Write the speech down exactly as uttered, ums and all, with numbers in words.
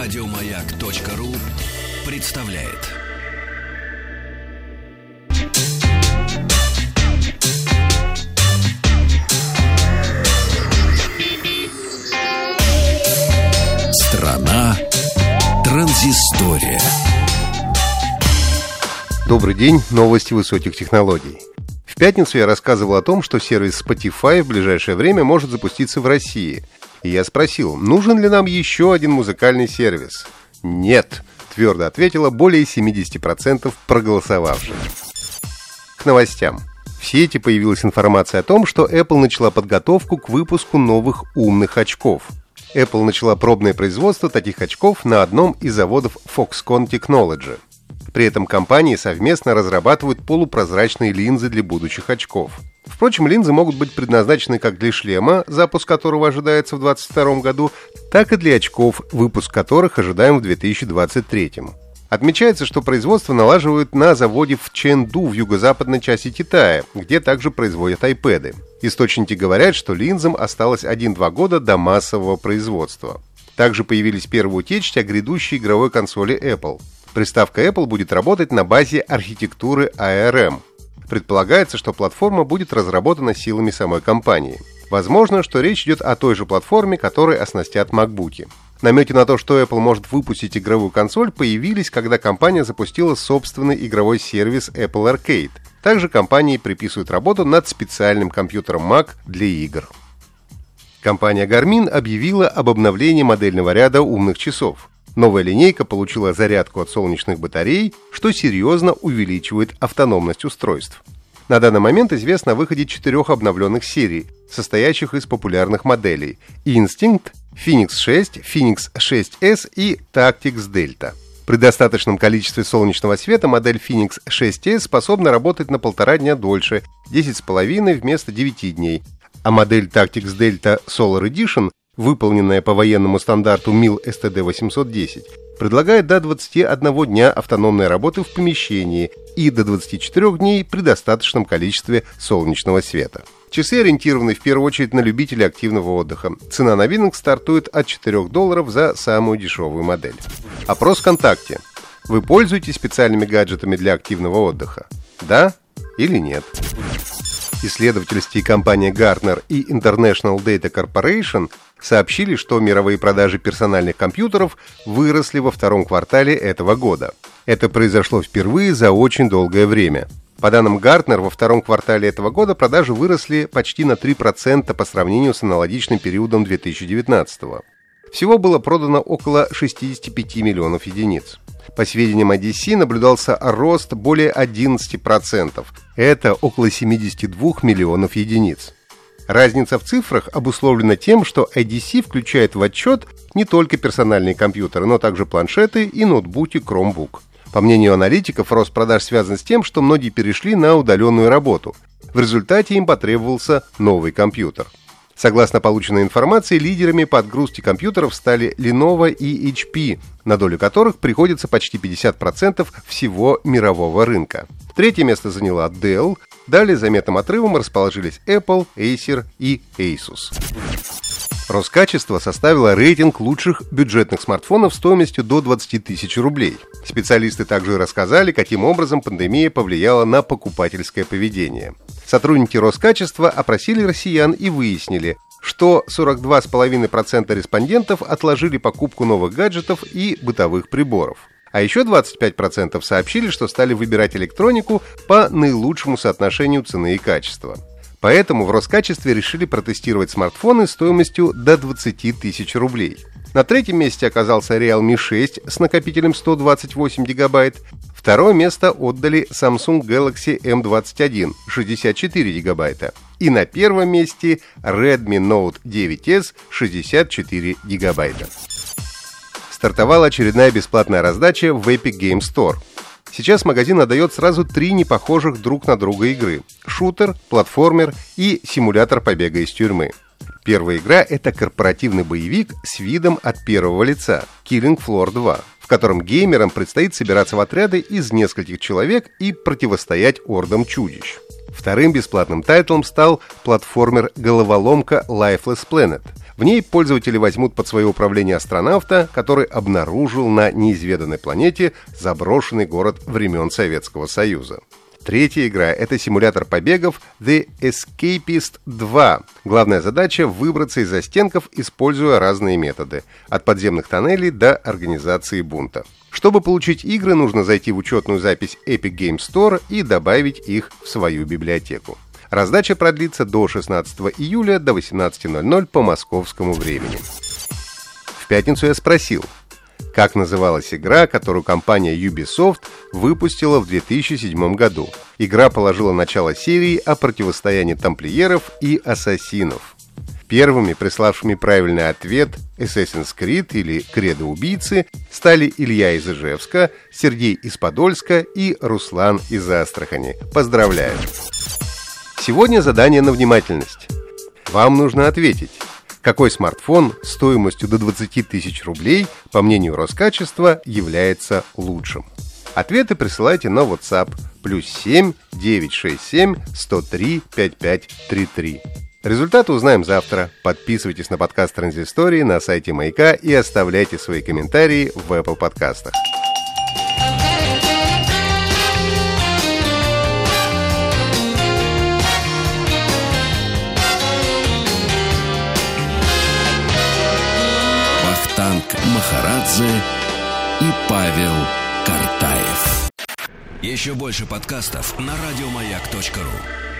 Радиомаяк.ру представляет. Страна транзистория. Добрый день, новости высоких технологий. В пятницу я рассказывал о том, что сервис Spotify в ближайшее время может запуститься в России. И я спросил, нужен ли нам еще один музыкальный сервис? Нет, твердо ответило более семьдесят процентов проголосовавших. К новостям. В сети появилась информация о том, что Apple начала подготовку к выпуску новых умных очков. Apple начала пробное производство таких очков на одном из заводов Foxconn Technology. При этом компании совместно разрабатывают полупрозрачные линзы для будущих очков. Впрочем, линзы могут быть предназначены как для шлема, запуск которого ожидается в две тысячи двадцать втором году, так и для очков, выпуск которых ожидаем в две тысячи двадцать третьем. Отмечается, что производство налаживают на заводе в Чэнду в юго-западной части Китая, где также производят iPad. Источники говорят, что линзам осталось один-два года до массового производства. Также появились первые утечки о грядущей игровой консоли Apple. Приставка Apple будет работать на базе архитектуры эй ар эм. Предполагается, что платформа будет разработана силами самой компании. Возможно, что речь идет о той же платформе, которой оснастят MacBook'и. Намеки на то, что Apple может выпустить игровую консоль, появились, когда компания запустила собственный игровой сервис Apple Arcade. Также компании приписывают работу над специальным компьютером Mac для игр. Компания Garmin объявила об обновлении модельного ряда умных часов. Новая линейка получила зарядку от солнечных батарей, что серьезно увеличивает автономность устройств. На данный момент известно о выходе четырех обновленных серий, состоящих из популярных моделей Instinct, Phoenix шесть, Phoenix шесть эс и Tactix Delta. При достаточном количестве солнечного света модель Phoenix шесть эс способна работать на полтора дня дольше, десять с половиной вместо девяти дней, а модель Tactix Delta Solar Edition, выполненная по военному стандарту мил эс ти ди восемьсот десять, предлагает до двадцати одного дня автономной работы в помещении и до двадцати четырёх дней при достаточном количестве солнечного света. Часы ориентированы в первую очередь на любителей активного отдыха. Цена новинок стартует от четырёх долларов за самую дешевую модель. Опрос ВКонтакте. Вы пользуетесь специальными гаджетами для активного отдыха? Да или нет? Исследовательские компании Gartner и International Data Corporation сообщили, что мировые продажи персональных компьютеров выросли во втором квартале этого года. Это произошло впервые за очень долгое время. По данным Gartner, во втором квартале этого года продажи выросли почти на три процента по сравнению с аналогичным периодом две тысячи девятнадцатого. Всего было продано около шестьдесят пять миллионов единиц. По сведениям эй ди си наблюдался рост более одиннадцати процентов. Это около семьдесят два миллионов единиц. Разница в цифрах обусловлена тем, что эй ди си включает в отчет не только персональные компьютеры, но также планшеты и ноутбуки Chromebook. По мнению аналитиков, рост продаж связан с тем, что многие перешли на удаленную работу. В результате им потребовался новый компьютер. Согласно полученной информации, лидерами по отгрузке компьютеров стали Lenovo и эйч пи, на долю которых приходится почти пятьдесят процентов всего мирового рынка. Третье место заняла Dell, далее заметным отрывом расположились Apple, Acer и Asus. Роскачество составило рейтинг лучших бюджетных смартфонов стоимостью до двадцати тысяч рублей. Специалисты также рассказали, каким образом пандемия повлияла на покупательское поведение. Сотрудники Роскачества опросили россиян и выяснили, что сорок два целых пять десятых процента респондентов отложили покупку новых гаджетов и бытовых приборов. А еще двадцать пять процентов сообщили, что стали выбирать электронику по наилучшему соотношению цены и качества. Поэтому в Роскачестве решили протестировать смартфоны стоимостью до двадцати тысяч рублей. На третьем месте оказался Realme шесть с накопителем сто двадцать восемь гигабайт. Второе место отдали Samsung Galaxy эм двадцать один шестьдесят четыре гигабайта. И на первом месте Redmi Note девять эс шестьдесят четыре гигабайта. Стартовала очередная бесплатная раздача в Epic Games Store. Сейчас магазин отдает сразу три непохожих друг на друга игры – шутер, платформер и симулятор побега из тюрьмы. Первая игра – это корпоративный боевик с видом от первого лица – Killing Floor два, в котором геймерам предстоит собираться в отряды из нескольких человек и противостоять ордам чудищ. Вторым бесплатным тайтлом стал платформер-головоломка Lifeless Planet. В В ней пользователи возьмут под свое управление астронавта, который обнаружил на неизведанной планете заброшенный город времен Советского Союза. Третья игра — это симулятор побегов The Escapist два. Главная задача — выбраться из застенков, используя разные методы, от подземных тоннелей до организации бунта. Чтобы получить игры, нужно зайти в учетную запись Epic Games Store и добавить их в свою библиотеку. Раздача продлится до шестнадцатого июля до восемнадцати ноль-ноль по московскому времени. В пятницу я спросил, как называлась игра, которую компания Ubisoft выпустила в две тысячи седьмом году. Игра положила начало серии о противостоянии тамплиеров и ассасинов. Первыми, приславшими правильный ответ Assassin's Creed или Кредо убийцы, стали Илья из Ижевска, Сергей из Подольска и Руслан из Астрахани. Поздравляю! Сегодня задание на внимательность. Вам нужно ответить, какой смартфон стоимостью до двадцати тысяч рублей, по мнению Роскачества, является лучшим. Ответы присылайте на WhatsApp плюс семь девятьсот шестьдесят семь сто три пятьдесят пять тридцать три. Результаты узнаем завтра. Подписывайтесь на подкаст Транзистории на сайте Маяка и оставляйте свои комментарии в Apple подкастах. Вахтанг Махарадзе и Павел Картаев. Еще больше подкастов на радиомаяк точка ру.